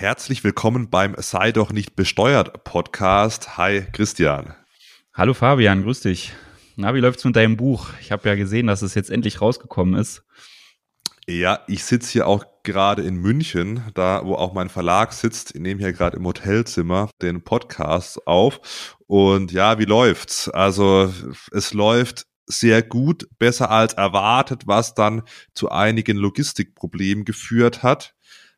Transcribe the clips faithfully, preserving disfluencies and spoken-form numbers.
Herzlich willkommen beim Sei doch nicht besteuert Podcast. Hi Christian. Hallo Fabian, grüß dich. Na, wie läuft's mit deinem Buch? Ich habe ja gesehen, dass es jetzt endlich rausgekommen ist. Ja, ich sitze hier auch gerade in München, da wo auch mein Verlag sitzt. Ich nehme hier gerade im Hotelzimmer den Podcast auf. Und ja, wie läuft's? Also es läuft sehr gut, besser als erwartet, was dann zu einigen Logistikproblemen geführt hat.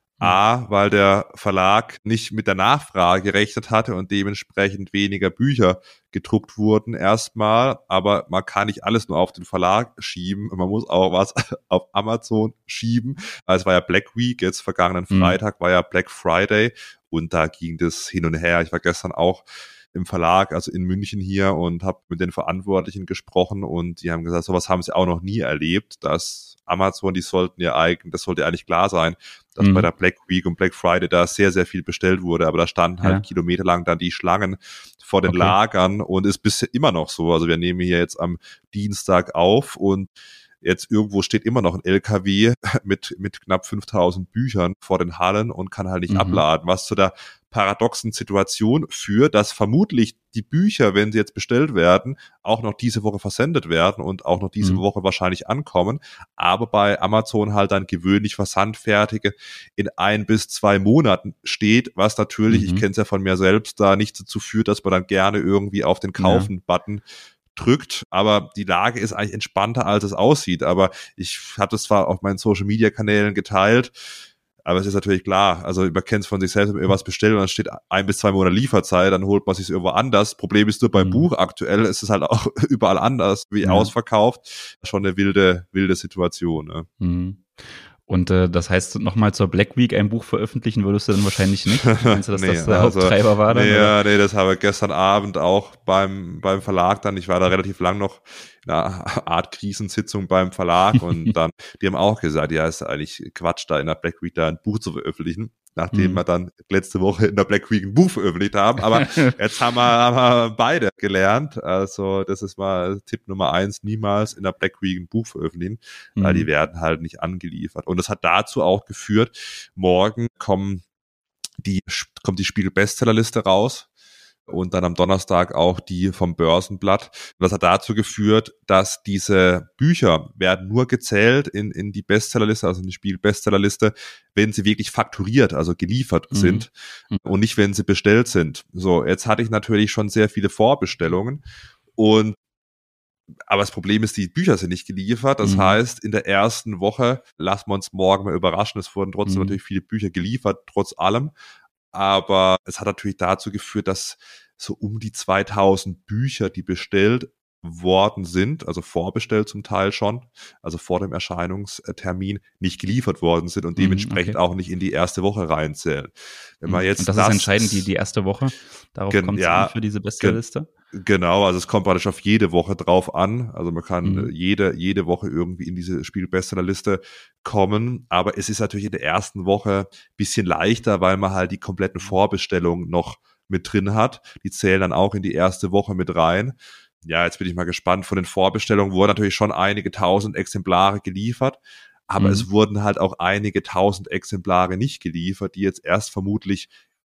A, weil der Verlag nicht mit der Nachfrage gerechnet hatte und dementsprechend weniger Bücher gedruckt wurden erstmal. Aber man kann nicht alles nur auf den Verlag schieben. Man muss auch was auf Amazon schieben. Also es war ja Black Week, jetzt vergangenen Freitag war ja Black Friday und da ging das hin und her. Ich war gestern auch im Verlag, also in München hier, und habe mit den Verantwortlichen gesprochen und die haben gesagt, sowas haben sie auch noch nie erlebt, dass Amazon, die sollten ja eigentlich, das sollte eigentlich klar sein, dass mhm. bei der Black Week und Black Friday da sehr, sehr viel bestellt wurde, aber da standen halt ja. kilometerlang dann die Schlangen vor den okay. Lagern und ist bisher immer noch so. Also wir nehmen hier jetzt am Dienstag auf und jetzt irgendwo steht immer noch ein L K W mit mit knapp fünftausend Büchern vor den Hallen und kann halt nicht mhm. abladen, was zu der paradoxen Situation führt, dass vermutlich die Bücher, wenn sie jetzt bestellt werden, auch noch diese Woche versendet werden und auch noch diese mhm. Woche wahrscheinlich ankommen, aber bei Amazon halt dann gewöhnlich versandfertige in ein bis zwei Monaten steht, was natürlich, mhm. ich kenne es ja von mir selbst, da nicht dazu führt, dass man dann gerne irgendwie auf den Kaufen-Button ja. drückt, aber die Lage ist eigentlich entspannter, als es aussieht, aber ich habe das zwar auf meinen Social-Media-Kanälen geteilt, aber es ist natürlich klar, also man kennt es von sich selbst, wenn man irgendwas bestellt und dann steht ein bis zwei Monate Lieferzeit, dann holt man sich irgendwo anders. Problem ist nur beim mhm. Buch aktuell, ist es halt auch überall anders, wie ja. ausverkauft. Schon eine wilde, wilde Situation. Ne? Mhm. Und äh, das heißt, nochmal zur Black Week ein Buch veröffentlichen würdest du dann wahrscheinlich nicht? Meinst du, dass nee, das der also, Haupttreiber war dann? Nee, ja, nee, das habe ich gestern Abend auch beim beim Verlag dann, ich war da relativ lang noch in einer Art Krisensitzung beim Verlag und dann, die haben auch gesagt, ja, ist eigentlich Quatsch, da in der Black Week da ein Buch zu veröffentlichen, nachdem mhm. wir dann letzte Woche in der Black Week ein Buch veröffentlicht haben, aber jetzt haben wir, haben wir beide gelernt, also das ist mal Tipp Nummer eins, niemals in der Black Week ein Buch veröffentlichen, mhm. weil die werden halt nicht angeliefert und das hat dazu auch geführt, morgen kommen die, kommt die Spiegel-Bestsellerliste raus und dann am Donnerstag auch die vom Börsenblatt. Das hat dazu geführt, dass diese Bücher werden nur gezählt in, in die Bestsellerliste, also in die Spiegel-Bestsellerliste, wenn sie wirklich fakturiert, also geliefert mhm. sind und nicht, wenn sie bestellt sind. So, jetzt hatte ich natürlich schon sehr viele Vorbestellungen und aber das Problem ist, die Bücher sind nicht geliefert. Das mhm. heißt, in der ersten Woche lassen wir uns morgen mal überraschen. Es wurden trotzdem mhm. natürlich viele Bücher geliefert, trotz allem. Aber es hat natürlich dazu geführt, dass so um die zweitausend Bücher, die bestellt worden sind, also vorbestellt zum Teil schon, also vor dem Erscheinungstermin, nicht geliefert worden sind und dementsprechend okay. auch nicht in die erste Woche reinzählen. Wenn man jetzt und das, das ist entscheidend, die, die erste Woche, darauf gen, kommt es ja, an für diese Bestsellerliste? Genau, also es kommt praktisch auf jede Woche drauf an, also man kann mhm. jede jede Woche irgendwie in diese Spiegel-Bestsellerliste kommen, aber es ist natürlich in der ersten Woche bisschen leichter, weil man halt die kompletten Vorbestellungen noch mit drin hat, die zählen dann auch in die erste Woche mit rein. Ja, jetzt bin ich mal gespannt. Von den Vorbestellungen wurden natürlich schon einige tausend Exemplare geliefert, aber mhm. es wurden halt auch einige tausend Exemplare nicht geliefert, die jetzt erst vermutlich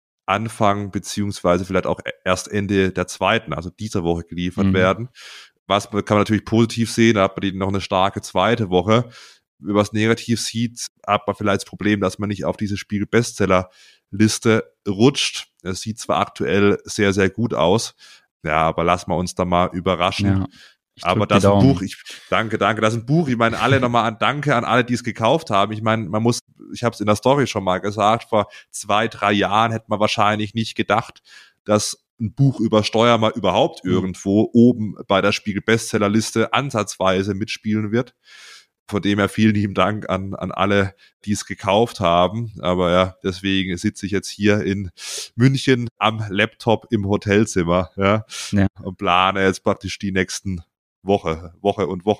Anfang beziehungsweise vielleicht auch erst Ende der zweiten, also dieser Woche geliefert mhm. werden. Was kann man natürlich positiv sehen, da hat man noch eine starke zweite Woche. Wenn man es negativ sieht, hat man vielleicht das Problem, dass man nicht auf diese Spiegel-Bestseller-Liste rutscht. Es sieht zwar aktuell sehr, sehr gut aus, ja, aber lassen wir uns da mal überraschen. Ja, aber das ist ein Buch, ich danke, danke, das ist ein Buch, ich meine, alle nochmal an Danke an alle, die es gekauft haben. Ich meine, man muss, ich habe es in der Story schon mal gesagt, vor zwei, drei Jahren hätte man wahrscheinlich nicht gedacht, dass ein Buch über Steuer mal überhaupt mhm. irgendwo oben bei der Spiegel-Bestsellerliste ansatzweise mitspielen wird. Von dem her vielen lieben Dank an, an alle, die es gekauft haben. Aber ja, deswegen sitze ich jetzt hier in München am Laptop im Hotelzimmer, ja, ja. und plane jetzt praktisch die nächsten Woche, Woche und Wochen.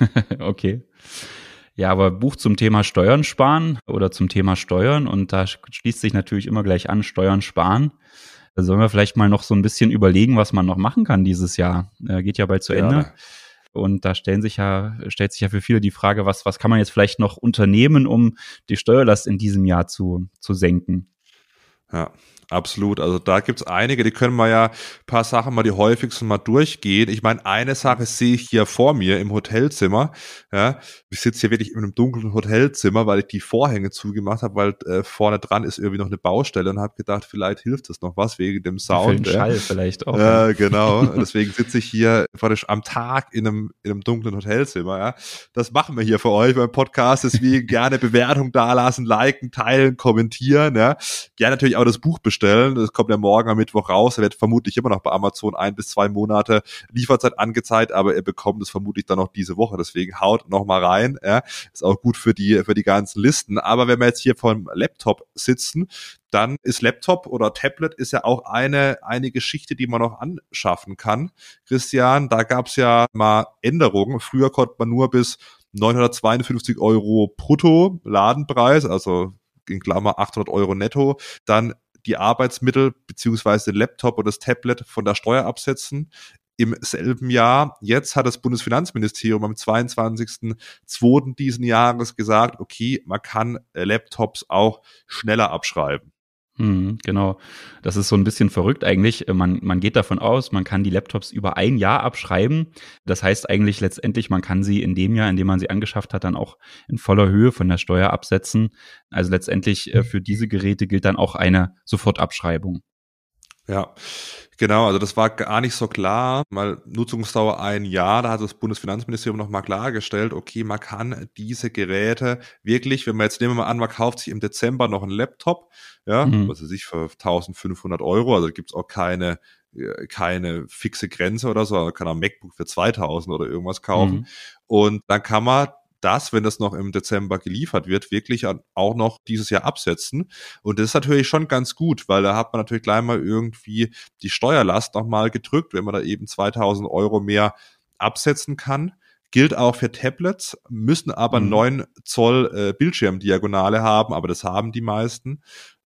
Okay. Ja, aber Buch zum Thema Steuern sparen oder zum Thema Steuern und da schließt sich natürlich immer gleich an, Steuern sparen. Da sollen wir vielleicht mal noch so ein bisschen überlegen, was man noch machen kann dieses Jahr. Äh, geht ja bald zu Ende. Ja. Und da stellen sich ja, stellt sich ja für viele die Frage, was, was kann man jetzt vielleicht noch unternehmen, um die Steuerlast in diesem Jahr zu, zu senken? Ja, absolut. Also da gibt's einige, die können wir ja ein paar Sachen mal die häufigsten mal durchgehen. Ich meine, eine Sache sehe ich hier vor mir im Hotelzimmer. Ja, ich sitze hier wirklich in einem dunklen Hotelzimmer, weil ich die Vorhänge zugemacht habe, weil äh, vorne dran ist irgendwie noch eine Baustelle und habe gedacht, vielleicht hilft das noch was wegen dem Für den Sound. Ja. Schall vielleicht auch. Ja, Ja. genau. Deswegen sitze ich hier praktisch am Tag in einem, in einem dunklen Hotelzimmer. Ja. Das machen wir hier für euch beim Podcast. Deswegen gerne Bewertung dalassen, liken, teilen, kommentieren. Ja. Gerne natürlich auch das Buch bestellen. Das kommt ja morgen am Mittwoch raus. Er wird vermutlich immer noch bei Amazon ein bis zwei Monate Lieferzeit angezeigt, aber ihr bekommt es vermutlich dann noch diese Woche. Deswegen haut noch mal rein. Ja. Ist auch gut für die, für die ganzen Listen. Aber wenn wir jetzt hier vom Laptop sitzen, dann ist Laptop oder Tablet ist ja auch eine, eine Geschichte, die man noch anschaffen kann. Christian, da gab es ja mal Änderungen. Früher konnte man nur bis neunhundertzweiundfünfzig Euro brutto Ladenpreis, also in Klammer achthundert Euro netto, dann die Arbeitsmittel beziehungsweise den Laptop oder das Tablet von der Steuer absetzen. Im selben Jahr, jetzt hat das Bundesfinanzministerium am zweiundzwanzigsten zweiten diesen Jahres gesagt, okay, man kann Laptops auch schneller abschreiben. Hm, genau. Das ist so ein bisschen verrückt eigentlich. Man, man geht davon aus, man kann die Laptops über ein Jahr abschreiben. Das heißt eigentlich letztendlich, man kann sie in dem Jahr, in dem man sie angeschafft hat, dann auch in voller Höhe von der Steuer absetzen. Also letztendlich äh, für diese Geräte gilt dann auch eine Sofortabschreibung. Ja, genau, also das war gar nicht so klar, weil Nutzungsdauer ein Jahr, da hat das Bundesfinanzministerium nochmal klargestellt, okay, man kann diese Geräte wirklich, wenn man jetzt, nehmen wir mal an, man kauft sich im Dezember noch einen Laptop, ja, Mhm. was weiß ich, für eintausendfünfhundert Euro, also gibt's auch keine, äh, keine fixe Grenze oder so, man kann auch ein MacBook für zweitausend oder irgendwas kaufen Mhm. und dann kann man das, wenn das noch im Dezember geliefert wird, wirklich auch noch dieses Jahr absetzen. Und das ist natürlich schon ganz gut, weil da hat man natürlich gleich mal irgendwie die Steuerlast nochmal gedrückt, wenn man da eben zweitausend Euro mehr absetzen kann. Gilt auch für Tablets, müssen aber Mhm. neun Zoll äh, Bildschirmdiagonale haben, aber das haben die meisten.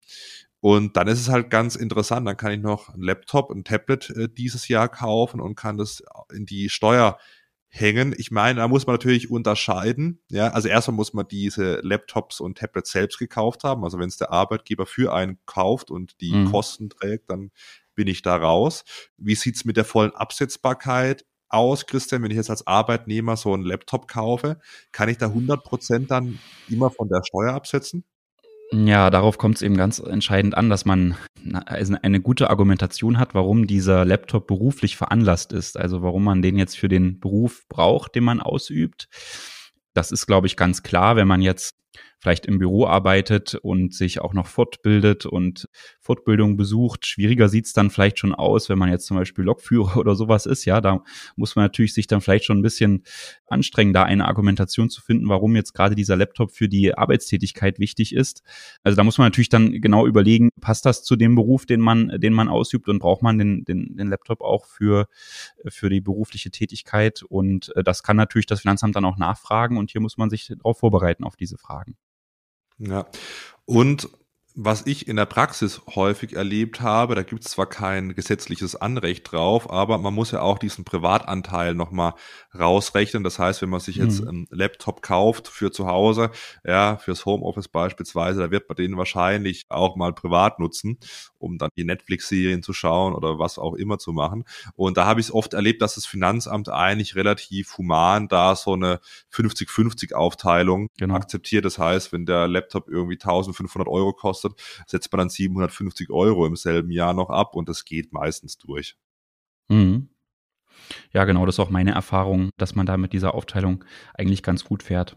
Und dann ist es halt ganz interessant, dann kann ich noch ein Laptop, ein Tablet äh, dieses Jahr kaufen und kann das in die Steuer hängen. Ich meine, da muss man natürlich unterscheiden. Ja, also erstmal muss man diese Laptops und Tablets selbst gekauft haben. Also wenn es der Arbeitgeber für einen kauft und die Mhm. Kosten trägt, dann bin ich da raus. Wie sieht's mit der vollen Absetzbarkeit aus, Christian? Wenn ich jetzt als Arbeitnehmer so einen Laptop kaufe, kann ich da hundert Prozent dann immer von der Steuer absetzen? Ja, darauf kommt es eben ganz entscheidend an, dass man na, also eine gute Argumentation hat, warum dieser Laptop beruflich veranlasst ist. Also warum man den jetzt für den Beruf braucht, den man ausübt. Das ist, glaube ich, ganz klar, wenn man jetzt vielleicht im Büro arbeitet und sich auch noch fortbildet und Fortbildung besucht. Schwieriger sieht es dann vielleicht schon aus, wenn man jetzt zum Beispiel Lokführer oder sowas ist. Ja, da muss man natürlich sich dann vielleicht schon ein bisschen anstrengen, da eine Argumentation zu finden, warum jetzt gerade dieser Laptop für die Arbeitstätigkeit wichtig ist. Also da muss man natürlich dann genau überlegen, passt das zu dem Beruf, den man, den man ausübt und braucht man den, den, den Laptop auch für, für die berufliche Tätigkeit? Und das kann natürlich das Finanzamt dann auch nachfragen und hier muss man sich darauf vorbereiten auf diese Fragen. Ja, und was ich in der Praxis häufig erlebt habe, da gibt es zwar kein gesetzliches Anrecht drauf, aber man muss ja auch diesen Privatanteil nochmal rausrechnen. Das heißt, wenn man sich jetzt Mhm. einen Laptop kauft für zu Hause, ja, fürs Homeoffice beispielsweise, da wird man den wahrscheinlich auch mal privat nutzen, um dann die Netflix-Serien zu schauen oder was auch immer zu machen. Und da habe ich es oft erlebt, dass das Finanzamt eigentlich relativ human da so eine fünfzig fünfzig Aufteilung Genau. akzeptiert. Das heißt, wenn der Laptop irgendwie eintausendfünfhundert Euro kostet, setzt man dann siebenhundertfünfzig Euro im selben Jahr noch ab und das geht meistens durch. Mhm. Ja, genau, das ist auch meine Erfahrung, dass man da mit dieser Aufteilung eigentlich ganz gut fährt.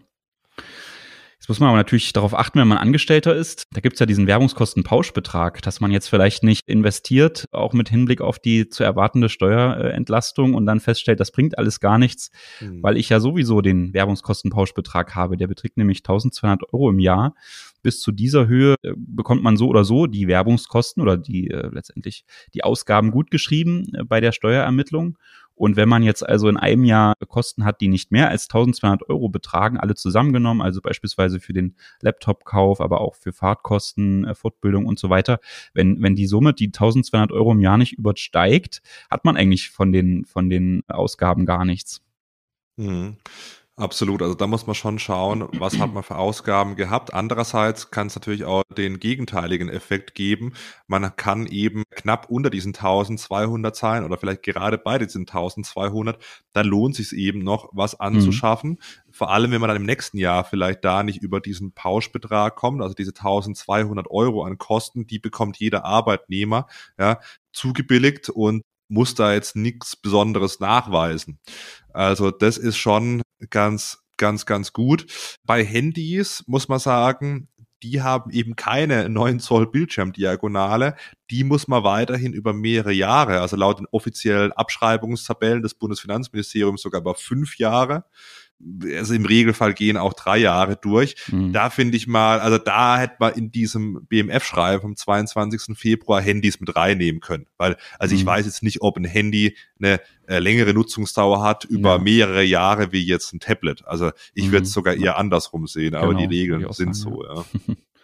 Jetzt muss man aber natürlich darauf achten, wenn man Angestellter ist. Da gibt es ja diesen Werbungskostenpauschbetrag, dass man jetzt vielleicht nicht investiert, auch mit Hinblick auf die zu erwartende Steuerentlastung und dann feststellt, das bringt alles gar nichts, Hm. weil ich ja sowieso den Werbungskostenpauschbetrag habe. Der beträgt nämlich eintausendzweihundert Euro im Jahr. Bis zu dieser Höhe äh, bekommt man so oder so die Werbungskosten oder die äh, letztendlich die Ausgaben gut geschrieben äh, bei der Steuerermittlung. Und wenn man jetzt also in einem Jahr Kosten hat, die nicht mehr als eintausendzweihundert Euro betragen, alle zusammengenommen, also beispielsweise für den Laptopkauf, aber auch für Fahrtkosten, äh, Fortbildung und so weiter, wenn, wenn die Summe die eintausendzweihundert Euro im Jahr nicht übersteigt, hat man eigentlich von den, von den Ausgaben gar nichts. Mhm. Absolut, also da muss man schon schauen, was hat man für Ausgaben gehabt. Andererseits kann es natürlich auch den gegenteiligen Effekt geben. Man kann eben knapp unter diesen eintausendzweihundert sein oder vielleicht gerade bei diesen eintausendzweihundert. Dann lohnt es sich eben noch, was Mhm. anzuschaffen. Vor allem, wenn man dann im nächsten Jahr vielleicht da nicht über diesen Pauschbetrag kommt, also diese eintausendzweihundert Euro an Kosten, die bekommt jeder Arbeitnehmer, ja, zugebilligt und muss da jetzt nichts Besonderes nachweisen. Also das ist schon ganz, ganz, ganz gut. Bei Handys muss man sagen, die haben eben keine neun Zoll Bildschirmdiagonale. Die muss man weiterhin über mehrere Jahre, also laut den offiziellen Abschreibungstabellen des Bundesfinanzministeriums sogar über fünf Jahre. Also im Regelfall gehen auch drei Jahre durch. Mhm. Da finde ich mal, also da hätte man in diesem B M F-Schreiben vom zweiundzwanzigsten Februar Handys mit reinnehmen können. Weil, also ich Mhm. weiß jetzt nicht, ob ein Handy eine äh, längere Nutzungsdauer hat über Ja. mehrere Jahre wie jetzt ein Tablet. Also ich Mhm. würde es sogar eher andersrum sehen, aber die Genau, würde ich Regeln auch sind sagen, so, ja.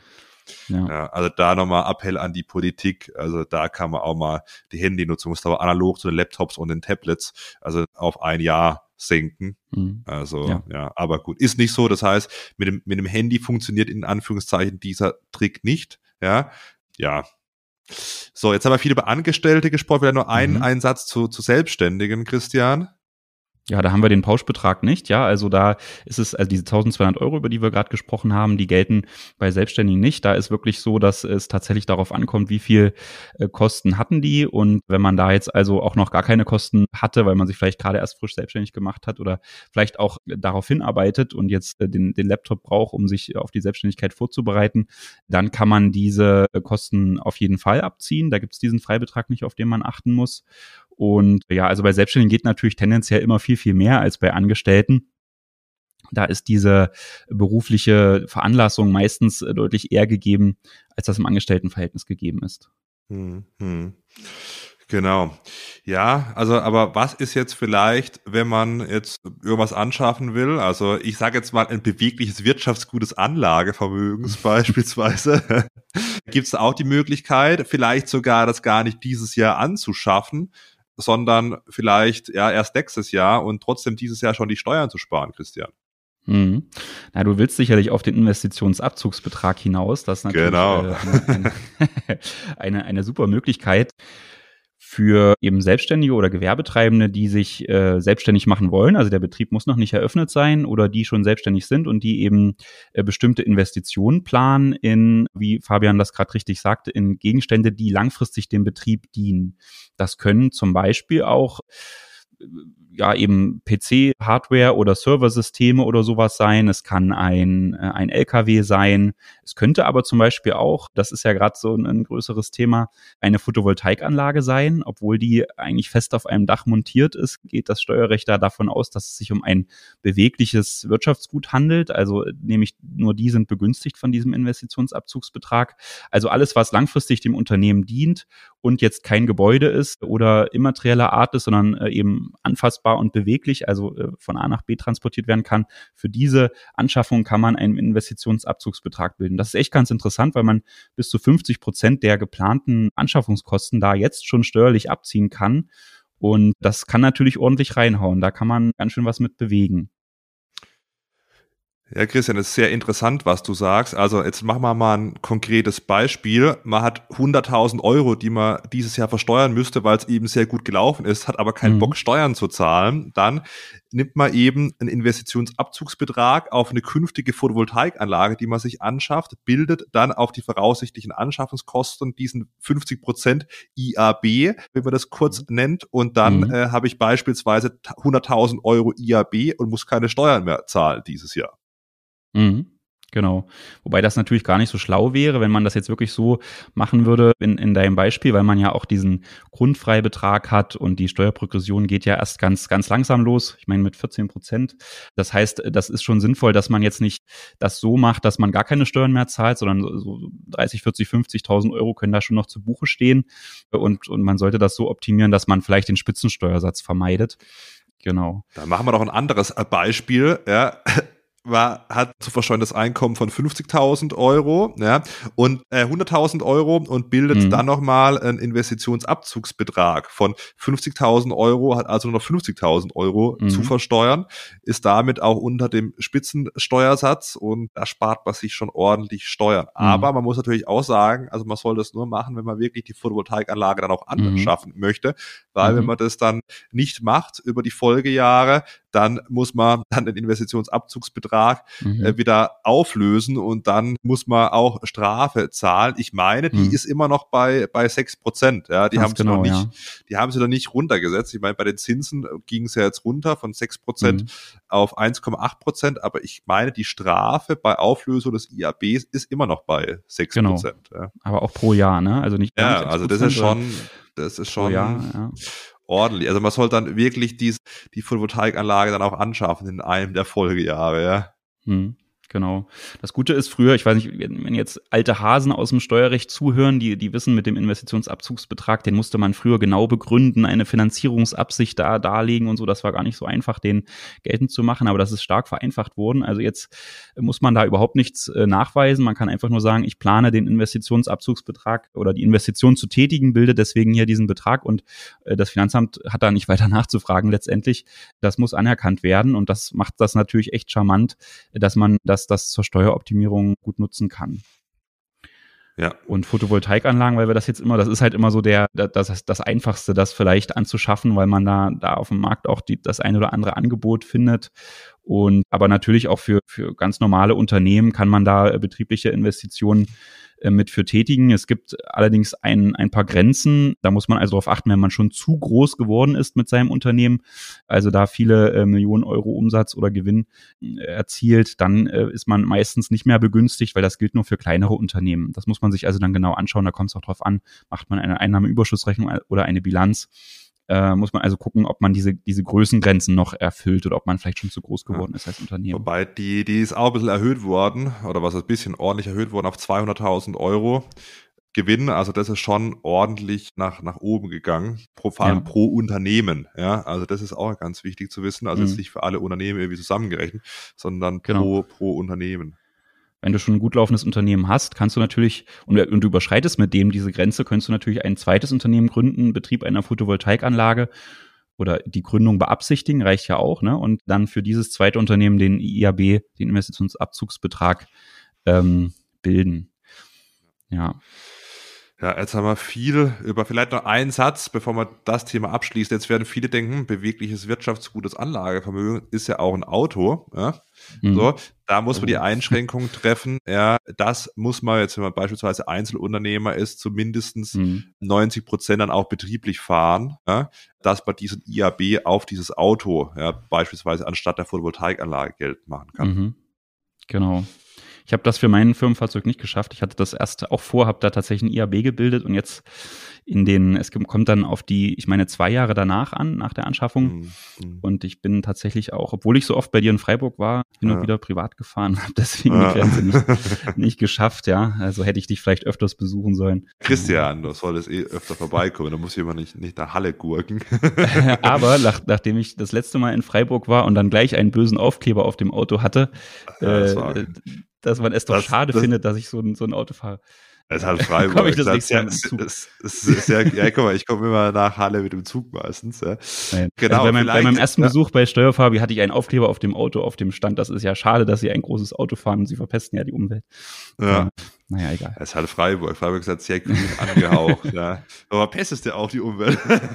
Ja. Ja, also da nochmal Appell an die Politik. Also da kann man auch mal die Handynutzungsdauer analog zu den Laptops und den Tablets, also auf ein Jahr senken. Mhm. Also Ja. ja, aber gut, ist nicht so. Das heißt, mit dem mit dem Handy funktioniert in Anführungszeichen dieser Trick nicht. Ja, ja. So, jetzt haben wir viel über Angestellte gesprochen. Wieder nur ein, Mhm. ein Satz zu, zu Selbstständigen, Christian. Ja, da haben wir den Pauschbetrag nicht, ja, also da ist es, also diese eintausendzweihundert Euro, über die wir gerade gesprochen haben, die gelten bei Selbstständigen nicht. Da ist wirklich so, dass es tatsächlich darauf ankommt, wie viel äh, Kosten hatten die, und wenn man da jetzt also auch noch gar keine Kosten hatte, weil man sich vielleicht gerade erst frisch selbstständig gemacht hat oder vielleicht auch darauf hinarbeitet und jetzt äh, den, den Laptop braucht, um sich auf die Selbstständigkeit vorzubereiten, dann kann man diese äh, Kosten auf jeden Fall abziehen. Da gibt es diesen Freibetrag nicht, auf den man achten muss. Und ja, also bei Selbstständigen geht natürlich tendenziell immer viel, viel mehr als bei Angestellten. Da ist diese berufliche Veranlassung meistens deutlich eher gegeben, als das im Angestelltenverhältnis gegeben ist. Hm, hm. Genau. Ja, also aber was ist jetzt vielleicht, wenn man jetzt irgendwas anschaffen will? Also ich sage jetzt mal ein bewegliches wirtschaftsgutes Anlagevermögens beispielsweise. Gibt es auch die Möglichkeit, vielleicht sogar das gar nicht dieses Jahr anzuschaffen, sondern vielleicht ja erst nächstes Jahr und trotzdem dieses Jahr schon die Steuern zu sparen, Christian. Mhm. Na, du willst sicherlich auf den Investitionsabzugsbetrag hinaus. Das ist natürlich Genau. äh, eine, eine, eine, eine super Möglichkeit für eben Selbstständige oder Gewerbetreibende, die sich äh, selbstständig machen wollen. Also der Betrieb muss noch nicht eröffnet sein, oder die schon selbstständig sind und die eben äh, bestimmte Investitionen planen in, wie Fabian das gerade richtig sagte, in Gegenstände, die langfristig dem Betrieb dienen. Das können zum Beispiel auch ja eben P C-Hardware oder Serversysteme oder sowas sein. Es kann ein, ein L K W sein. Es könnte aber zum Beispiel auch, das ist ja gerade so ein, ein größeres Thema, eine Photovoltaikanlage sein. Obwohl die eigentlich fest auf einem Dach montiert ist, geht das Steuerrecht da davon aus, dass es sich um ein bewegliches Wirtschaftsgut handelt. Also nämlich nur die sind begünstigt von diesem Investitionsabzugsbetrag. Also alles, was langfristig dem Unternehmen dient und jetzt kein Gebäude ist oder immaterieller Art ist, sondern äh, eben anfassbar und beweglich, also äh, von A nach B transportiert werden kann. Für diese Anschaffung kann man einen Investitionsabzugsbetrag bilden. Das ist echt ganz interessant, weil man bis zu fünfzig Prozent der geplanten Anschaffungskosten da jetzt schon steuerlich abziehen kann. Und das kann natürlich ordentlich reinhauen. Da kann man ganz schön was mit bewegen. Ja, Christian, das ist sehr interessant, was du sagst. Also jetzt machen wir mal ein konkretes Beispiel. Man hat hunderttausend Euro, die man dieses Jahr versteuern müsste, weil es eben sehr gut gelaufen ist, hat aber keinen Mhm. Bock, Steuern zu zahlen. Dann nimmt man eben einen Investitionsabzugsbetrag auf eine künftige Photovoltaikanlage, die man sich anschafft, bildet dann auf die voraussichtlichen Anschaffungskosten diesen fünfzig Prozent I A B, wie man das kurz nennt. Und dann Mhm. äh, habe ich beispielsweise hunderttausend Euro I A B und muss keine Steuern mehr zahlen dieses Jahr. Mhm. Genau. Wobei das natürlich gar nicht so schlau wäre, wenn man das jetzt wirklich so machen würde in, in deinem Beispiel, weil man ja auch diesen Grundfreibetrag hat und die Steuerprogression geht ja erst ganz, ganz langsam los. Ich meine mit vierzehn Prozent. Das heißt, das ist schon sinnvoll, dass man jetzt nicht das so macht, dass man gar keine Steuern mehr zahlt, sondern so, so dreißig, vierzig, fünfzigtausend Euro können da schon noch zu Buche stehen. Und, und man sollte das so optimieren, dass man vielleicht den Spitzensteuersatz vermeidet. Genau. Dann machen wir doch ein anderes Beispiel, ja. war, hat zu versteuerndes Einkommen von fünfzigtausend Euro, ja, und äh, hunderttausend Euro und bildet Mhm. dann nochmal einen Investitionsabzugsbetrag von fünfzigtausend Euro, hat also nur noch fünfzigtausend Euro Mhm. zu versteuern, ist damit auch unter dem Spitzensteuersatz und da spart man sich schon ordentlich Steuern. Mhm. Aber man muss natürlich auch sagen, also man soll das nur machen, wenn man wirklich die Photovoltaikanlage dann auch anschaffen Mhm. möchte, weil Mhm. wenn man das dann nicht macht über die Folgejahre, dann muss man dann den Investitionsabzugsbetrag Mhm. äh, wieder auflösen und dann muss man auch Strafe zahlen. Ich meine, die Mhm. ist immer noch bei bei sechs Prozent. Ja, die Ganz haben sie noch genau, nicht, ja. die haben sie noch nicht runtergesetzt. Ich meine, bei den Zinsen ging es ja jetzt runter von sechs Prozent Mhm. auf eins Komma acht Prozent, aber ich meine, die Strafe bei Auflösung des I A Bs ist immer noch bei sechs Genau. Prozent. Ja. Aber auch pro Jahr, ne? Also nicht Ja, sechs also das Prozent, ist sondern schon, das ist pro schon Jahr, ja. ordentlich. Also man soll dann wirklich dies, die Photovoltaikanlage dann auch anschaffen in einem der Folgejahre, ja. Hm, genau. Das Gute ist früher, ich weiß nicht, wenn jetzt alte Hasen aus dem Steuerrecht zuhören, die, die wissen, mit dem Investitionsabzugsbetrag, den musste man früher genau begründen, eine Finanzierungsabsicht da darlegen und so. Das war gar nicht so einfach, den geltend zu machen, aber das ist stark vereinfacht worden. Also jetzt muss man da überhaupt nichts äh, nachweisen. Man kann einfach nur sagen, ich plane den Investitionsabzugsbetrag oder die Investition zu tätigen, bilde deswegen hier diesen Betrag und äh, das Finanzamt hat da nicht weiter nachzufragen letztendlich. Das muss anerkannt werden und das macht das natürlich echt charmant, dass man das, das zur Steueroptimierung gut nutzen kann. Ja. Und Photovoltaikanlagen, weil wir das jetzt immer, das ist halt immer so der, das, das Einfachste, das vielleicht anzuschaffen, weil man da, da auf dem Markt auch die, das ein oder andere Angebot findet. Und aber natürlich auch für, für ganz normale Unternehmen kann man da betriebliche Investitionen äh, mit für tätigen. Es gibt allerdings ein, ein paar Grenzen. Da muss man also darauf achten, wenn man schon zu groß geworden ist mit seinem Unternehmen, also da viele äh, Millionen Euro Umsatz oder Gewinn äh, erzielt, dann äh, ist man meistens nicht mehr begünstigt, weil das gilt nur für kleinere Unternehmen. Das muss man sich also dann genau anschauen. Da kommt es auch drauf an, macht man eine Einnahmeüberschussrechnung oder eine Bilanz. Äh, muss man also gucken, ob man diese, diese Größengrenzen noch erfüllt oder ob man vielleicht schon zu groß geworden ja. ist als Unternehmen. Wobei, die, die ist auch ein bisschen erhöht worden, oder was ein bisschen ordentlich erhöht worden auf zweihunderttausend Euro Gewinn. Also das ist schon ordentlich nach, nach oben gegangen, pro, vor allem ja. pro Unternehmen. Ja, also das ist auch ganz wichtig zu wissen. Also mhm. jetzt nicht für alle Unternehmen irgendwie zusammengerechnet, sondern genau. pro, pro Unternehmen. Wenn du schon ein gut laufendes Unternehmen hast, kannst du natürlich, und, und du überschreitest mit dem diese Grenze, könntest du natürlich ein zweites Unternehmen gründen, Betrieb einer Photovoltaikanlage oder die Gründung beabsichtigen, reicht ja auch, ne? Und dann für dieses zweite Unternehmen den I A B, den Investitionsabzugsbetrag, ähm, bilden. Ja. Ja, jetzt haben wir viel über, vielleicht noch einen Satz, bevor wir das Thema abschließen. Jetzt werden viele denken, bewegliches wirtschaftsgutes Anlagevermögen ist ja auch ein Auto. Ja? Mhm. So, da muss man die Einschränkung treffen. Ja, das muss man jetzt, wenn man beispielsweise Einzelunternehmer ist, zumindest mhm. neunzig Prozent dann auch betrieblich fahren, ja? Dass man diesen I A B auf dieses Auto, ja, beispielsweise anstatt der Photovoltaikanlage geltend machen kann. Mhm. Genau. Ich habe das für mein Firmenfahrzeug nicht geschafft. Ich hatte das erst auch vor, habe da tatsächlich ein I A B gebildet und jetzt in den, es kommt dann auf die, ich meine, zwei Jahre danach an, nach der Anschaffung. Mhm. Und ich bin tatsächlich auch, obwohl ich so oft bei dir in Freiburg war, hin und ja. wieder privat gefahren, habe deswegen ja. die Grenze nicht, nicht geschafft, ja. Also hätte ich dich vielleicht öfters besuchen sollen. Christian, du solltest eh öfter vorbeikommen, da muss jemand nicht, nicht nach Halle gurken. Aber nach, nachdem ich das letzte Mal in Freiburg war und dann gleich einen bösen Aufkleber auf dem Auto hatte, ja, das äh, dass man es doch das, schade das, findet, dass ich so ein, so ein Auto fahre. Es ist halt Freiburg. Komme ich das nicht ja, es, es, es ist ja, ja, guck mal, ich komme immer nach Halle mit dem Zug meistens. Ja. Nein. Genau, also bei, mein, bei meinem ersten ja. Besuch bei Steuerfabi hatte ich einen Aufkleber auf dem Auto, auf dem stand, das ist ja schade, dass sie ein großes Auto fahren und sie verpesten ja die Umwelt. Ja. Äh, naja, egal. Es ist halt Freiburg. Freiburg ist halt sehr grün angehaucht. Ja. Aber pestest ja auch die Umwelt.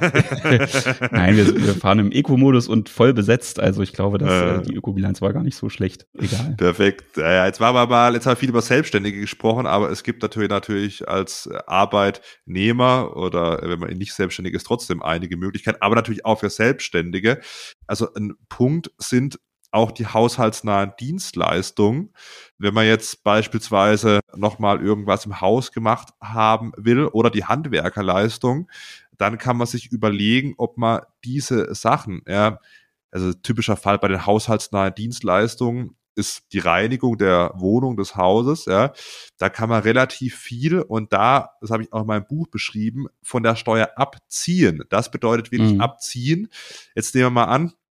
Nein, wir, wir fahren im Eco-Modus und voll besetzt. Also ich glaube, dass äh. die Ökobilanz war gar nicht so schlecht. Egal. Perfekt. Ja, jetzt waren wir mal, jetzt haben wir viel über Selbstständige gesprochen, aber es gibt natürlich natürlich als Arbeitnehmer oder wenn man nicht selbstständig ist, trotzdem einige Möglichkeiten, aber natürlich auch für Selbstständige. Also ein Punkt sind auch die haushaltsnahen Dienstleistungen. Wenn man jetzt beispielsweise nochmal irgendwas im Haus gemacht haben will oder die Handwerkerleistung, dann kann man sich überlegen, ob man diese Sachen, ja, also typischer Fall bei den haushaltsnahen Dienstleistungen ist die Reinigung der Wohnung, des Hauses, ja, da kann man relativ viel und da, das habe ich auch in meinem Buch beschrieben, von der Steuer abziehen. Das bedeutet wirklich mhm. abziehen. Jetzt nehmen wir mal an,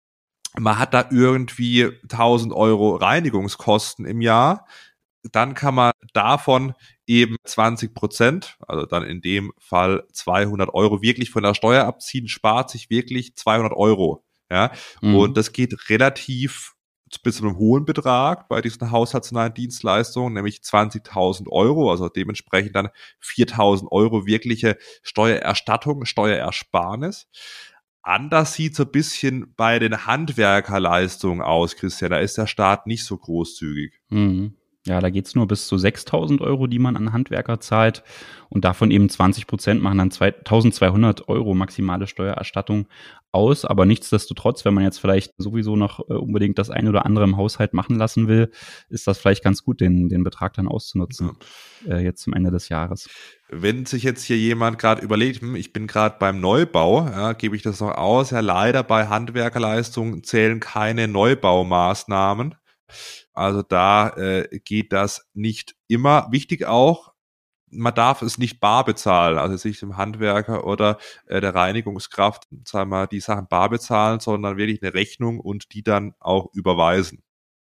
man hat da irgendwie tausend Euro Reinigungskosten im Jahr, dann kann man davon eben zwanzig Prozent, also dann in dem Fall zweihundert Euro wirklich von der Steuer abziehen, spart sich wirklich zweihundert Euro. Ja, Mhm. und das geht relativ bis zu einem hohen Betrag bei diesen haushaltsnahen Dienstleistungen, nämlich zwanzigtausend Euro, also dementsprechend dann viertausend Euro wirkliche Steuererstattung, Steuerersparnis. Anders sieht so ein bisschen bei den Handwerkerleistungen aus, Christian. Da ist der Staat nicht so großzügig. Mhm. Ja, da geht's nur bis zu sechstausend Euro, die man an Handwerker zahlt. Und davon eben zwanzig Prozent machen dann eintausendzweihundert Euro maximale Steuererstattung aus. Aber nichtsdestotrotz, wenn man jetzt vielleicht sowieso noch äh, unbedingt das eine oder andere im Haushalt machen lassen will, ist das vielleicht ganz gut, den, den Betrag dann auszunutzen, ja. äh, jetzt zum Ende des Jahres. Wenn sich jetzt hier jemand gerade überlegt, hm, ich bin gerade beim Neubau, ja, gebe ich das noch aus? Ja, leider bei Handwerkerleistungen zählen keine Neubaumaßnahmen. Also da äh, geht das nicht immer. Wichtig auch, man darf es nicht bar bezahlen, also sich dem Handwerker oder äh, der Reinigungskraft, sagen wir, die Sachen bar bezahlen, sondern wirklich eine Rechnung und die dann auch überweisen.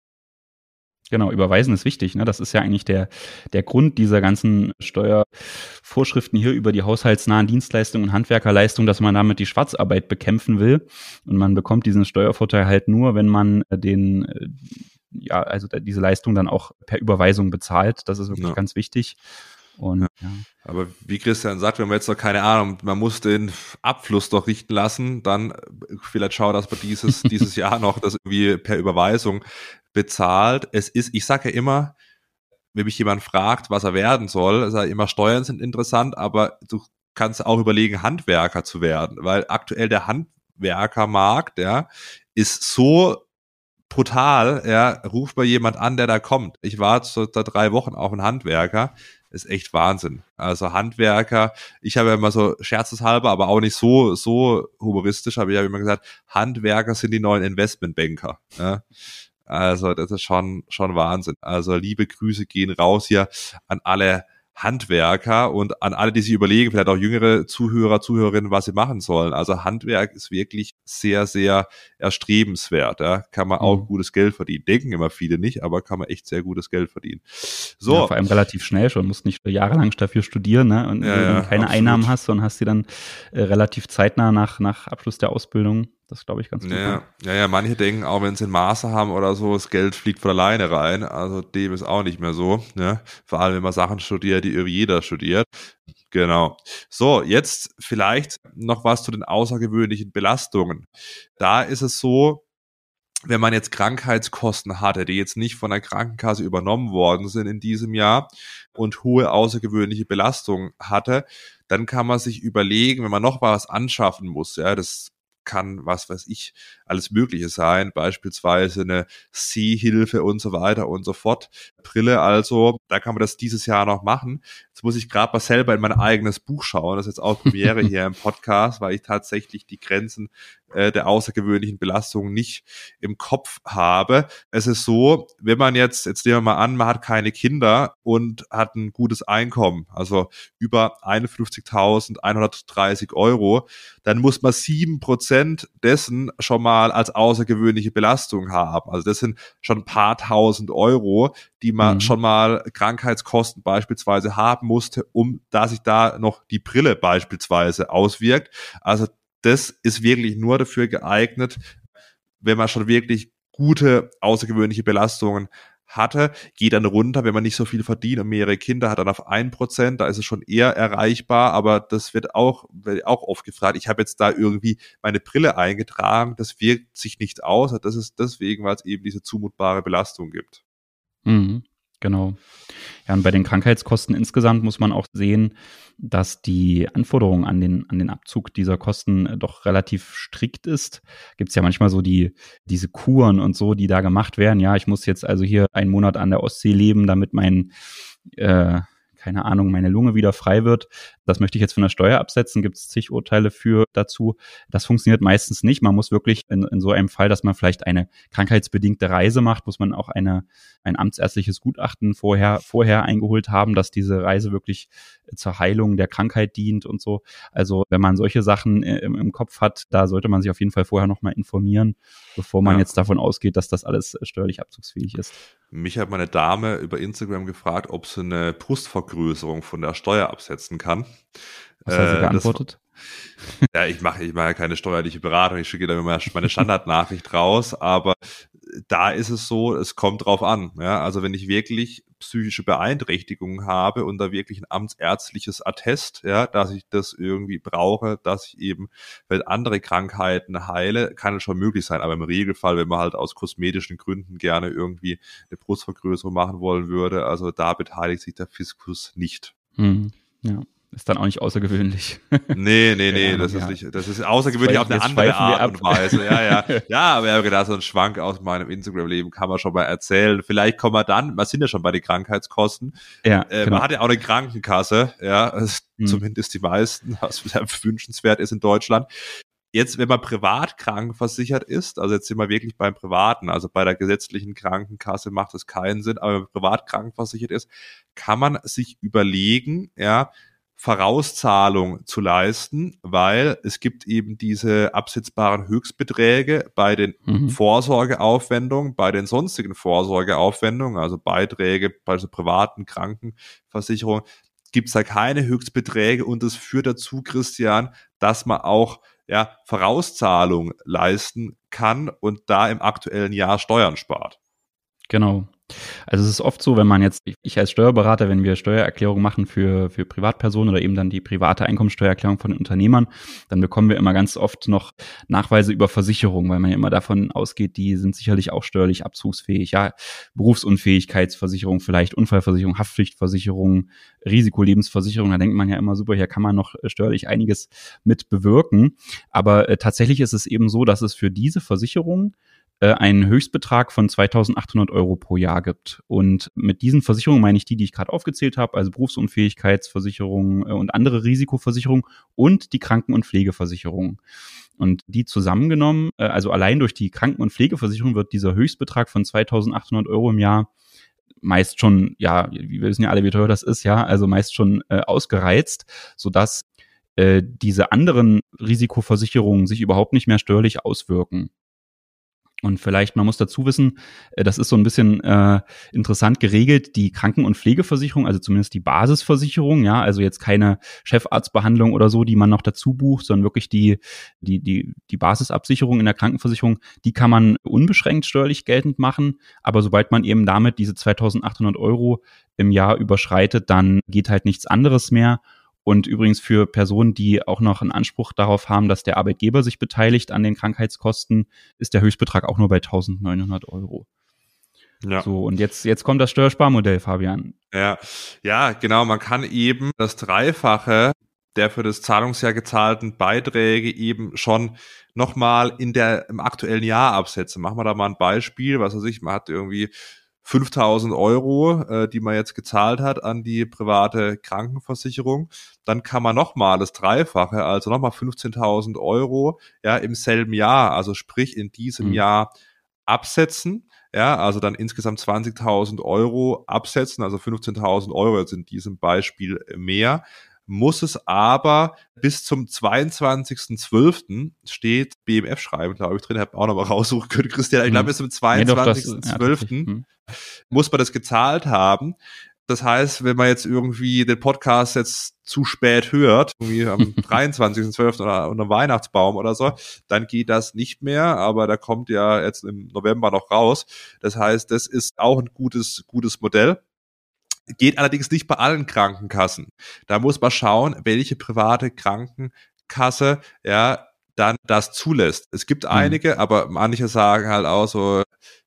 Genau, überweisen ist wichtig. Ne? Das ist ja eigentlich der, der Grund dieser ganzen Steuervorschriften hier über die haushaltsnahen Dienstleistungen und Handwerkerleistungen, dass man damit die Schwarzarbeit bekämpfen will. Und man bekommt diesen Steuervorteil halt nur, wenn man den, ja, also diese Leistung dann auch per Überweisung bezahlt. Das ist wirklich ja. ganz wichtig. Und, ja. Ja. Aber wie Christian sagt, wenn man jetzt noch keine Ahnung, man muss den Abfluss doch richten lassen, dann vielleicht schauen, dass man dieses, dieses Jahr noch das irgendwie per Überweisung bezahlt. Es ist, ich sage ja immer, wenn mich jemand fragt, was er werden soll, sage ich immer, Steuern sind interessant, aber du kannst auch überlegen, Handwerker zu werden, weil aktuell der Handwerkermarkt, ja, ist so brutal, ja, ruft mal jemand an, der da kommt. Ich war seit drei Wochen auf ein Handwerker, ist echt Wahnsinn. Also Handwerker, ich habe ja immer so scherzeshalber, aber auch nicht so so humoristisch, habe ich ja immer gesagt, Handwerker sind die neuen Investmentbanker, ja. Also das ist schon schon Wahnsinn. Also liebe Grüße gehen raus hier an alle Handwerker und an alle, die sich überlegen, vielleicht auch jüngere Zuhörer, Zuhörerinnen, was sie machen sollen. Also Handwerk ist wirklich sehr, sehr erstrebenswert. Ja. Kann man auch mhm. gutes Geld verdienen. Denken immer viele nicht, aber kann man echt sehr gutes Geld verdienen. So. Ja, vor allem relativ schnell schon. Musst nicht jahrelang dafür studieren, ne? Und ja, wenn du ja, keine absolut. Einnahmen hast, sondern hast die dann äh, relativ zeitnah nach, nach Abschluss der Ausbildung. Das glaube ich ganz gut. Ja, ja, ja, manche denken, auch wenn sie einen Master haben oder so, das Geld fliegt von alleine rein. Also dem ist auch nicht mehr so. Ne? Vor allem, wenn man Sachen studiert, die irgendwie jeder studiert. Genau. So, jetzt vielleicht noch was zu den außergewöhnlichen Belastungen. Da ist es so, wenn man jetzt Krankheitskosten hatte, die jetzt nicht von der Krankenkasse übernommen worden sind in diesem Jahr und hohe außergewöhnliche Belastungen hatte, dann kann man sich überlegen, wenn man noch was anschaffen muss, ja, das kann, was weiß ich, alles Mögliche sein, beispielsweise eine Sehhilfe und so weiter und so fort. Brille also, da kann man das dieses Jahr noch machen. Jetzt muss ich gerade mal selber in mein eigenes Buch schauen, das ist jetzt auch Premiere hier im Podcast, weil ich tatsächlich die Grenzen äh, der außergewöhnlichen Belastungen nicht im Kopf habe. Es ist so, wenn man jetzt, jetzt nehmen wir mal an, man hat keine Kinder und hat ein gutes Einkommen, also über einundfünfzigtausendeinhundertdreißig Euro, dann muss man sieben Prozent dessen schon mal als außergewöhnliche Belastung haben. Also das sind schon ein paar tausend Euro, die man mhm. schon mal Krankheitskosten beispielsweise haben musste, um da sich da noch die Brille beispielsweise auswirkt. Also das ist wirklich nur dafür geeignet, wenn man schon wirklich gute außergewöhnliche Belastungen hatte, geht dann runter, wenn man nicht so viel verdient und mehrere Kinder hat, dann auf ein Prozent, da ist es schon eher erreichbar, aber das wird auch, wird auch oft gefragt, ich habe jetzt da irgendwie meine Brille eingetragen, das wirkt sich nicht aus, das ist deswegen, weil es eben diese zumutbare Belastung gibt. Mhm, genau. Ja, und bei den Krankheitskosten insgesamt muss man auch sehen, dass die Anforderung an den, an den Abzug dieser Kosten doch relativ strikt ist. Gibt es ja manchmal so die, diese Kuren und so, die da gemacht werden. Ja, ich muss jetzt also hier einen Monat an der Ostsee leben, damit mein, äh, keine Ahnung, meine Lunge wieder frei wird. das möchte ich jetzt von der Steuer absetzen, gibt es zig Urteile für dazu. Das funktioniert meistens nicht. Man muss wirklich in, in so einem Fall, dass man vielleicht eine krankheitsbedingte Reise macht, muss man auch eine, ein amtsärztliches Gutachten vorher, vorher eingeholt haben, dass diese Reise wirklich zur Heilung der Krankheit dient und so. Also wenn man solche Sachen im, im Kopf hat, da sollte man sich auf jeden Fall vorher nochmal informieren, bevor man ja. jetzt davon ausgeht, dass das alles steuerlich abzugsfähig ist. Mich hat meine Dame über Instagram gefragt, ob sie eine Brustvergrößerung von der Steuer absetzen kann. Was hat sie äh, geantwortet? Das, ja, ich mache ich mache ja keine steuerliche Beratung, ich schicke da immer meine Standardnachricht raus, aber da ist es so, es kommt drauf an. Ja? Also wenn ich wirklich psychische Beeinträchtigungen habe und da wirklich ein amtsärztliches Attest, ja, dass ich das irgendwie brauche, dass ich eben wenn andere Krankheiten heile, kann es schon möglich sein. Aber im Regelfall, wenn man halt aus kosmetischen Gründen gerne irgendwie eine Brustvergrößerung machen wollen würde, also da beteiligt sich der Fiskus nicht. Hm, ja. Ist dann auch nicht außergewöhnlich. Nee, nee, nee, das ist nicht, das ist außergewöhnlich auf eine andere Art und Weise. Ja, ja. Ja, aber ja, da so ein Schwank aus meinem Instagram-Leben kann man schon mal erzählen. Vielleicht kommen wir dann, wir sind ja schon bei den Krankheitskosten. Ja, äh, genau. Man hat ja auch eine Krankenkasse, ja, mhm. zumindest die meisten, was wünschenswert ist in Deutschland. Jetzt, wenn man privat krankenversichert ist, also jetzt sind wir wirklich beim Privaten, also bei der gesetzlichen Krankenkasse macht das keinen Sinn, aber wenn man privat krankenversichert ist, kann man sich überlegen, ja, Vorauszahlung zu leisten, weil es gibt eben diese absetzbaren Höchstbeträge bei den mhm. Vorsorgeaufwendungen, bei den sonstigen Vorsorgeaufwendungen, also Beiträge bei so privaten Krankenversicherungen, gibt es da keine Höchstbeträge und das führt dazu, Christian, dass man auch ja, Vorauszahlung leisten kann und da im aktuellen Jahr Steuern spart. Genau. Also es ist oft so, wenn man jetzt, ich als Steuerberater, wenn wir Steuererklärungen machen für, für Privatpersonen oder eben dann die private Einkommensteuererklärung von den Unternehmern, dann bekommen wir immer ganz oft noch Nachweise über Versicherungen, weil man ja immer davon ausgeht, die sind sicherlich auch steuerlich abzugsfähig. Ja, Berufsunfähigkeitsversicherung, vielleicht Unfallversicherung, Haftpflichtversicherung, Risikolebensversicherung, da denkt man ja immer super, hier kann man noch steuerlich einiges mit bewirken. Aber äh, tatsächlich ist es eben so, dass es für diese Versicherung einen Höchstbetrag von zweitausendachthundert Euro pro Jahr gibt. Und mit diesen Versicherungen meine ich die, die ich gerade aufgezählt habe, also Berufsunfähigkeitsversicherung und andere Risikoversicherungen und die Kranken- und Pflegeversicherung. Und die zusammengenommen, also allein durch die Kranken- und Pflegeversicherung wird dieser Höchstbetrag von zweitausendachthundert Euro im Jahr meist schon, ja, wir wissen ja alle, wie teuer das ist, ja, also meist schon äh, ausgereizt, sodass äh, diese anderen Risikoversicherungen sich überhaupt nicht mehr steuerlich auswirken. Und vielleicht, man muss dazu wissen, das ist so ein bisschen äh, interessant geregelt, die Kranken- und Pflegeversicherung, also zumindest die Basisversicherung, ja, also jetzt keine Chefarztbehandlung oder so, die man noch dazu bucht, sondern wirklich die, die, die, die Basisabsicherung in der Krankenversicherung, die kann man unbeschränkt steuerlich geltend machen, aber sobald man eben damit diese zweitausendachthundert Euro im Jahr überschreitet, dann geht halt nichts anderes mehr. Und übrigens für Personen, die auch noch einen Anspruch darauf haben, dass der Arbeitgeber sich beteiligt an den Krankheitskosten, ist der Höchstbetrag auch nur bei eintausendneunhundert Euro. Ja. So, und jetzt, jetzt kommt das Steuersparmodell, Fabian. Ja, ja, genau. Man kann eben das Dreifache der für das Zahlungsjahr gezahlten Beiträge eben schon nochmal in der, im aktuellen Jahr absetzen. Machen wir da mal ein Beispiel. Was weiß ich, man hat irgendwie fünftausend Euro, äh, die man jetzt gezahlt hat an die private Krankenversicherung, dann kann man nochmal das Dreifache, also nochmal fünfzehntausend Euro, ja, im selben Jahr, also sprich in diesem mhm. Jahr absetzen, ja, also dann insgesamt zwanzigtausend Euro absetzen, also fünfzehntausend Euro jetzt in diesem Beispiel mehr, muss es aber bis zum zweiundzwanzigsten zwölften steht B M F-Schreiben, glaube ich, drin, ich habe auch nochmal raussuchen können, Christian, ich glaube, bis zum zweiundzwanzigsten zwölften Ja, ja, muss man das gezahlt haben. Das heißt, wenn man jetzt irgendwie den Podcast jetzt zu spät hört, irgendwie am dreiundzwanzigsten zwölften oder unter Weihnachtsbaum oder so, dann geht das nicht mehr, aber da kommt ja jetzt im November noch raus. Das heißt, das ist auch ein gutes, gutes Modell. Geht allerdings nicht bei allen Krankenkassen. Da muss man schauen, welche private Krankenkasse ja dann das zulässt. Es gibt mhm. einige, aber manche sagen halt auch so,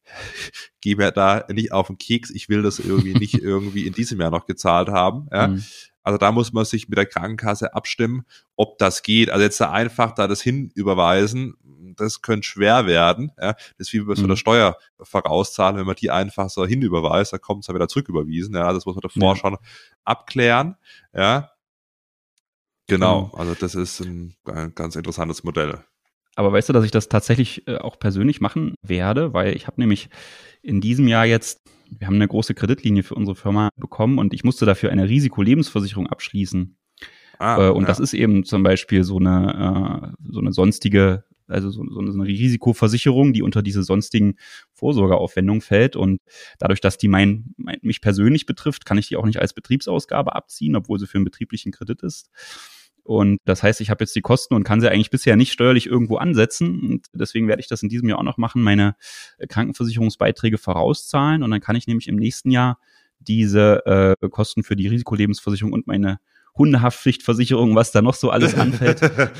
geh mir da nicht auf den Keks, ich will das irgendwie nicht irgendwie in diesem Jahr noch gezahlt haben. Ja. Mhm. Also da muss man sich mit der Krankenkasse abstimmen, ob das geht. Also jetzt da einfach da das hinüberweisen, das könnte schwer werden. Ja. Das ist wie bei so einer Steuer vorauszahlen, wenn man die einfach so hinüberweist, dann kommt es dann wieder zurücküberwiesen. Ja. Das muss man davor ja. schon abklären. Ja. Genau, also das ist ein, ein ganz interessantes Modell. Aber weißt du, dass ich das tatsächlich äh, auch persönlich machen werde, weil ich habe nämlich in diesem Jahr jetzt, wir haben eine große Kreditlinie für unsere Firma bekommen und ich musste dafür eine Risikolebensversicherung abschließen. Ah, äh, und ja. das ist eben zum Beispiel so eine, äh, so eine sonstige, also so, so eine Risikoversicherung, die unter diese sonstigen Vorsorgeaufwendungen fällt. Und dadurch, dass die mein, mein, mich persönlich betrifft, kann ich die auch nicht als Betriebsausgabe abziehen, obwohl sie für einen betrieblichen Kredit ist. Und das heißt, ich habe jetzt die Kosten und kann sie eigentlich bisher nicht steuerlich irgendwo ansetzen. Und deswegen werde ich das in diesem Jahr auch noch machen, meine Krankenversicherungsbeiträge vorauszahlen. Und dann kann ich nämlich im nächsten Jahr diese äh, Kosten für die Risikolebensversicherung und meine Hundehaftpflichtversicherung, was da noch so alles anfällt,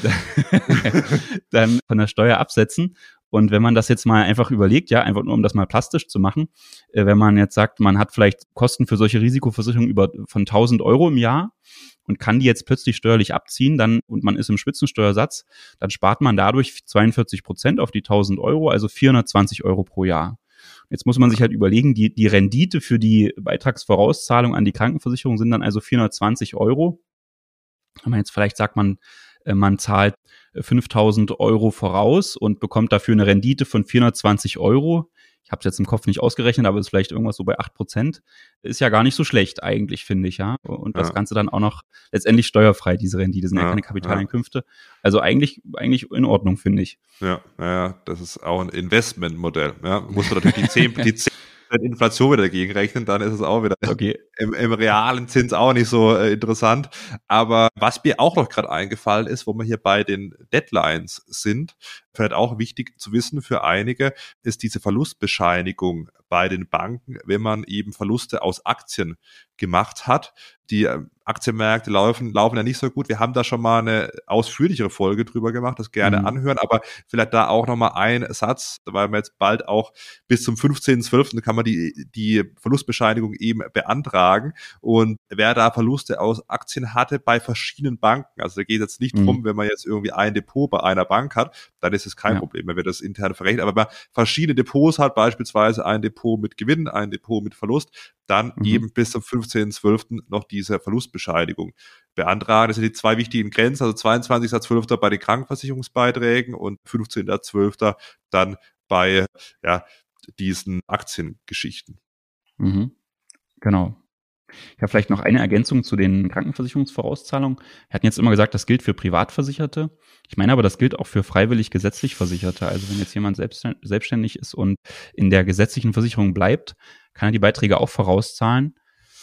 dann von der Steuer absetzen. Und wenn man das jetzt mal einfach überlegt, ja, einfach nur um das mal plastisch zu machen, äh, wenn man jetzt sagt, man hat vielleicht Kosten für solche Risikoversicherungen über von tausend Euro im Jahr und kann die jetzt plötzlich steuerlich abziehen, dann und man ist im Spitzensteuersatz, dann spart man dadurch zweiundvierzig Prozent auf die tausend Euro, also vierhundertzwanzig Euro pro Jahr. Jetzt muss man sich halt überlegen, die, die Rendite für die Beitragsvorauszahlung an die Krankenversicherung sind dann also vierhundertzwanzig Euro. Wenn man jetzt vielleicht sagt, man, man zahlt fünftausend Euro voraus und bekommt dafür eine Rendite von vierhundertzwanzig Euro. Ich habe es jetzt im Kopf nicht ausgerechnet, aber es ist vielleicht irgendwas so bei acht Prozent. Ist ja gar nicht so schlecht eigentlich, finde ich, ja. Und das Ja. Ganze dann auch noch letztendlich steuerfrei, diese Rendite, sind ja, Ja, keine Kapitaleinkünfte. Also eigentlich, eigentlich in Ordnung, finde ich. Ja, ja, das ist auch ein Investmentmodell. Ja, musst du natürlich die zehn, die zehn Inflation wieder dagegen rechnen, dann ist es auch wieder okay. im, im realen Zins auch nicht so äh, interessant. Aber was mir auch noch gerade eingefallen ist, wo wir hier bei den Deadlines sind, vielleicht auch wichtig zu wissen für einige, ist diese Verlustbescheinigung bei den Banken, wenn man eben Verluste aus Aktien gemacht hat. Die äh, Aktienmärkte laufen, laufen ja nicht so gut. Wir haben da schon mal eine ausführlichere Folge drüber gemacht, das gerne mhm. anhören, aber vielleicht da auch nochmal ein Satz, weil wir jetzt bald auch bis zum fünfzehnten zwölften kann man die, die Verlustbescheinigung eben beantragen und wer da Verluste aus Aktien hatte bei verschiedenen Banken, also da geht es jetzt nicht mhm. drum, wenn man jetzt irgendwie ein Depot bei einer Bank hat, dann ist es kein ja. Problem, wenn wir das intern verrechnen, aber wenn man verschiedene Depots hat, beispielsweise ein Depot mit Gewinn, ein Depot mit Verlust, dann mhm. eben bis zum fünfzehnten zwölften noch diese Verlustbescheinigung beantragen. Das sind die zwei wichtigen Grenzen, also zweiundzwanzigsten zwölften bei den Krankenversicherungsbeiträgen und fünfzehnten zwölften dann bei ja, diesen Aktiengeschichten. Mhm. Genau. Ich habe vielleicht noch eine Ergänzung zu den Krankenversicherungsvorauszahlungen. Wir hatten jetzt immer gesagt, das gilt für Privatversicherte. Ich meine aber, das gilt auch für freiwillig gesetzlich Versicherte. Also wenn jetzt jemand selbst, selbstständig ist und in der gesetzlichen Versicherung bleibt, kann er die Beiträge auch vorauszahlen.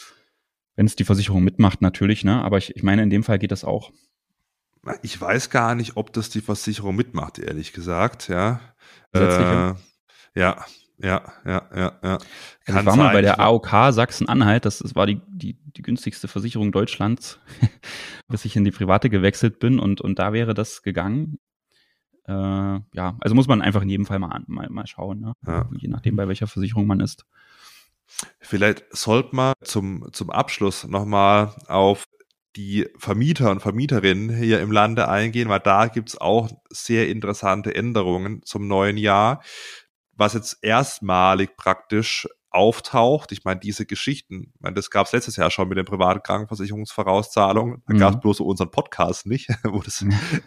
Wenn es die Versicherung mitmacht, natürlich, ne? Aber ich, ich meine, in dem Fall geht das auch. Ich weiß gar nicht, ob das die Versicherung mitmacht, ehrlich gesagt, ja. Gesetzliche? Äh, ja. Ja, ja, ja, ja. Also ich war mal bei der A O K Sachsen-Anhalt, das, das war die, die, die günstigste Versicherung Deutschlands, bis ich in die private gewechselt bin und, und da wäre das gegangen. Äh, ja, also muss man einfach in jedem Fall mal, mal, mal schauen, ne? Ja. Je nachdem, bei welcher Versicherung man ist. Vielleicht sollte man zum, zum Abschluss nochmal auf die Vermieter und Vermieterinnen hier im Lande eingehen, weil da gibt es auch sehr interessante Änderungen zum neuen Jahr, was jetzt erstmalig praktisch auftaucht. Ich meine, diese Geschichten, ich meine, das gab es letztes Jahr schon mit den privaten Krankenversicherungsvorauszahlungen. Da mhm. gab es bloß so unseren Podcast nicht, wo das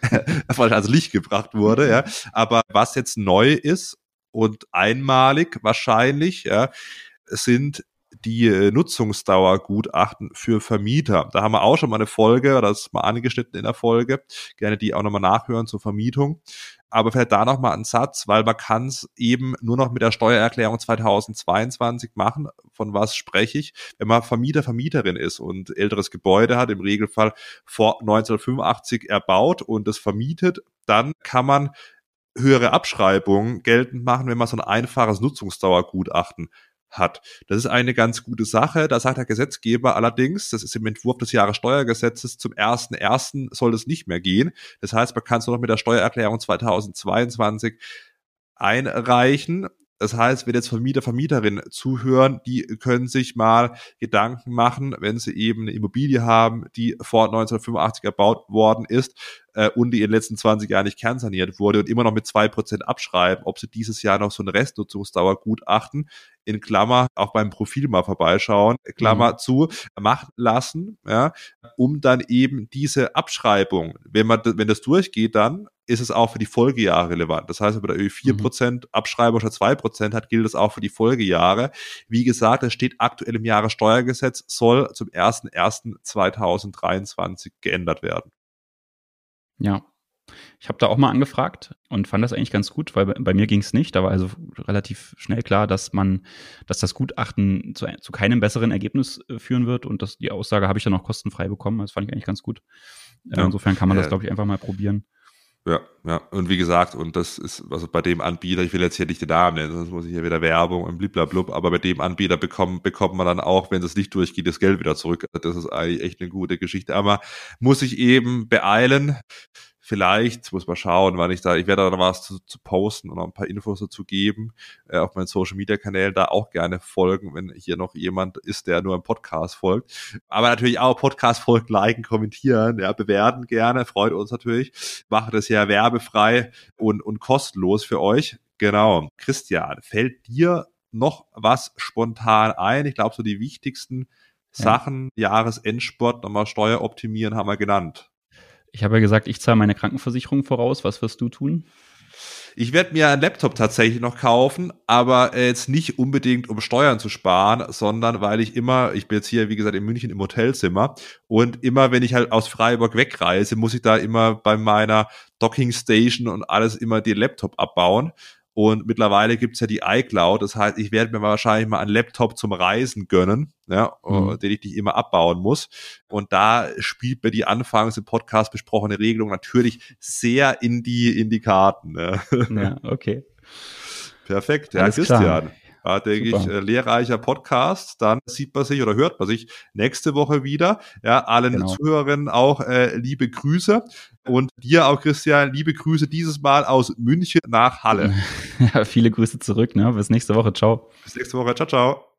als Licht gebracht wurde. Ja. Aber was jetzt neu ist und einmalig wahrscheinlich, ja, sind die Nutzungsdauergutachten für Vermieter. Da haben wir auch schon mal eine Folge, oder das ist mal angeschnitten in der Folge. Gerne die auch nochmal nachhören zur Vermietung. Aber vielleicht da nochmal ein Satz, weil man kann es eben nur noch mit der Steuererklärung zweitausendzweiundzwanzig machen. Von was spreche ich? Wenn man Vermieter, Vermieterin ist und älteres Gebäude hat, im Regelfall vor neunzehnhundertfünfundachtzig erbaut und es vermietet, dann kann man höhere Abschreibungen geltend machen, wenn man so ein einfaches Nutzungsdauergutachten hat. Das ist eine ganz gute Sache. Da sagt der Gesetzgeber allerdings, das ist im Entwurf des Jahressteuergesetzes, zum ersten ersten soll das nicht mehr gehen. Das heißt, man kann es nur noch mit der Steuererklärung zweitausendzweiundzwanzig einreichen. Das heißt, wenn jetzt Vermieter, Vermieterinnen zuhören, die können sich mal Gedanken machen, wenn sie eben eine Immobilie haben, die vor neunzehnhundertfünfundachtzig erbaut worden ist äh, und die in den letzten zwanzig Jahren nicht kernsaniert wurde und immer noch mit zwei Prozent abschreiben, ob sie dieses Jahr noch so ein Restnutzungsdauergutachten in Klammer auch beim Profil mal vorbeischauen, Klammer mhm. zu, machen lassen, ja, um dann eben diese Abschreibung, wenn man, wenn das durchgeht, dann ist es auch für die Folgejahre relevant. Das heißt, wenn man da vier Prozent Abschreibung statt zwei Prozent hat, gilt das auch für die Folgejahre. Wie gesagt, das steht aktuell im Jahressteuergesetz, soll zum ersten ersten zweitausenddreiundzwanzig geändert werden. Ja, ich habe da auch mal angefragt und fand das eigentlich ganz gut, weil bei, bei mir ging es nicht. Da war also relativ schnell klar, dass man, dass das Gutachten zu, zu keinem besseren Ergebnis äh, führen wird und das, die Aussage habe ich dann auch kostenfrei bekommen. Das fand ich eigentlich ganz gut. Äh, ja. Insofern kann man das, glaube ich, einfach mal probieren. Ja, ja. Und wie gesagt, und das ist, also bei dem Anbieter, ich will jetzt hier nicht den Namen nennen, sonst muss ich hier wieder Werbung und bliblablub, aber bei dem Anbieter bekommt, bekommt man dann auch, wenn es nicht durchgeht, das Geld wieder zurück. Das ist eigentlich echt eine gute Geschichte. Aber muss ich eben beeilen. Vielleicht, muss man schauen, wann ich da, ich werde da noch was zu, zu posten und noch ein paar Infos dazu geben, äh, auf meinen Social Media Kanälen, da auch gerne folgen, wenn hier noch jemand ist, der nur im Podcast folgt. Aber natürlich auch Podcast folgen, liken, kommentieren, ja, bewerten gerne, freut uns natürlich. Mache das ja werbefrei und, und kostenlos für euch. Genau. Christian, fällt dir noch was spontan ein? Ich glaube, so die wichtigsten ja. Sachen, Jahresendsport, nochmal Steuer optimieren, haben wir genannt. Ich habe ja gesagt, ich zahle meine Krankenversicherung voraus. Was wirst du tun? Ich werde mir einen Laptop tatsächlich noch kaufen, aber jetzt nicht unbedingt, um Steuern zu sparen, sondern weil ich immer, ich bin jetzt hier, wie gesagt, in München im Hotelzimmer und immer, wenn ich halt aus Freiburg wegreise, muss ich da immer bei meiner Docking Station und alles immer den Laptop abbauen. Und mittlerweile gibt's ja die iCloud, das heißt, ich werde mir wahrscheinlich mal einen Laptop zum Reisen gönnen, ja, mhm. den ich nicht immer abbauen muss. Und da spielt mir die anfangs im Podcast besprochene Regelung natürlich sehr in die in die Karten. Ja, ja okay. Perfekt, ja, Alles Christian. Klar. War, denke Super. ich, äh, lehrreicher Podcast. Dann sieht man sich oder hört man sich nächste Woche wieder. Ja, allen genau. Zuhörerinnen auch äh, liebe Grüße. Und dir auch, Christian, liebe Grüße dieses Mal aus München nach Halle. Ja, viele Grüße zurück. Ne? Bis nächste Woche. Ciao. Bis nächste Woche. Ciao, ciao.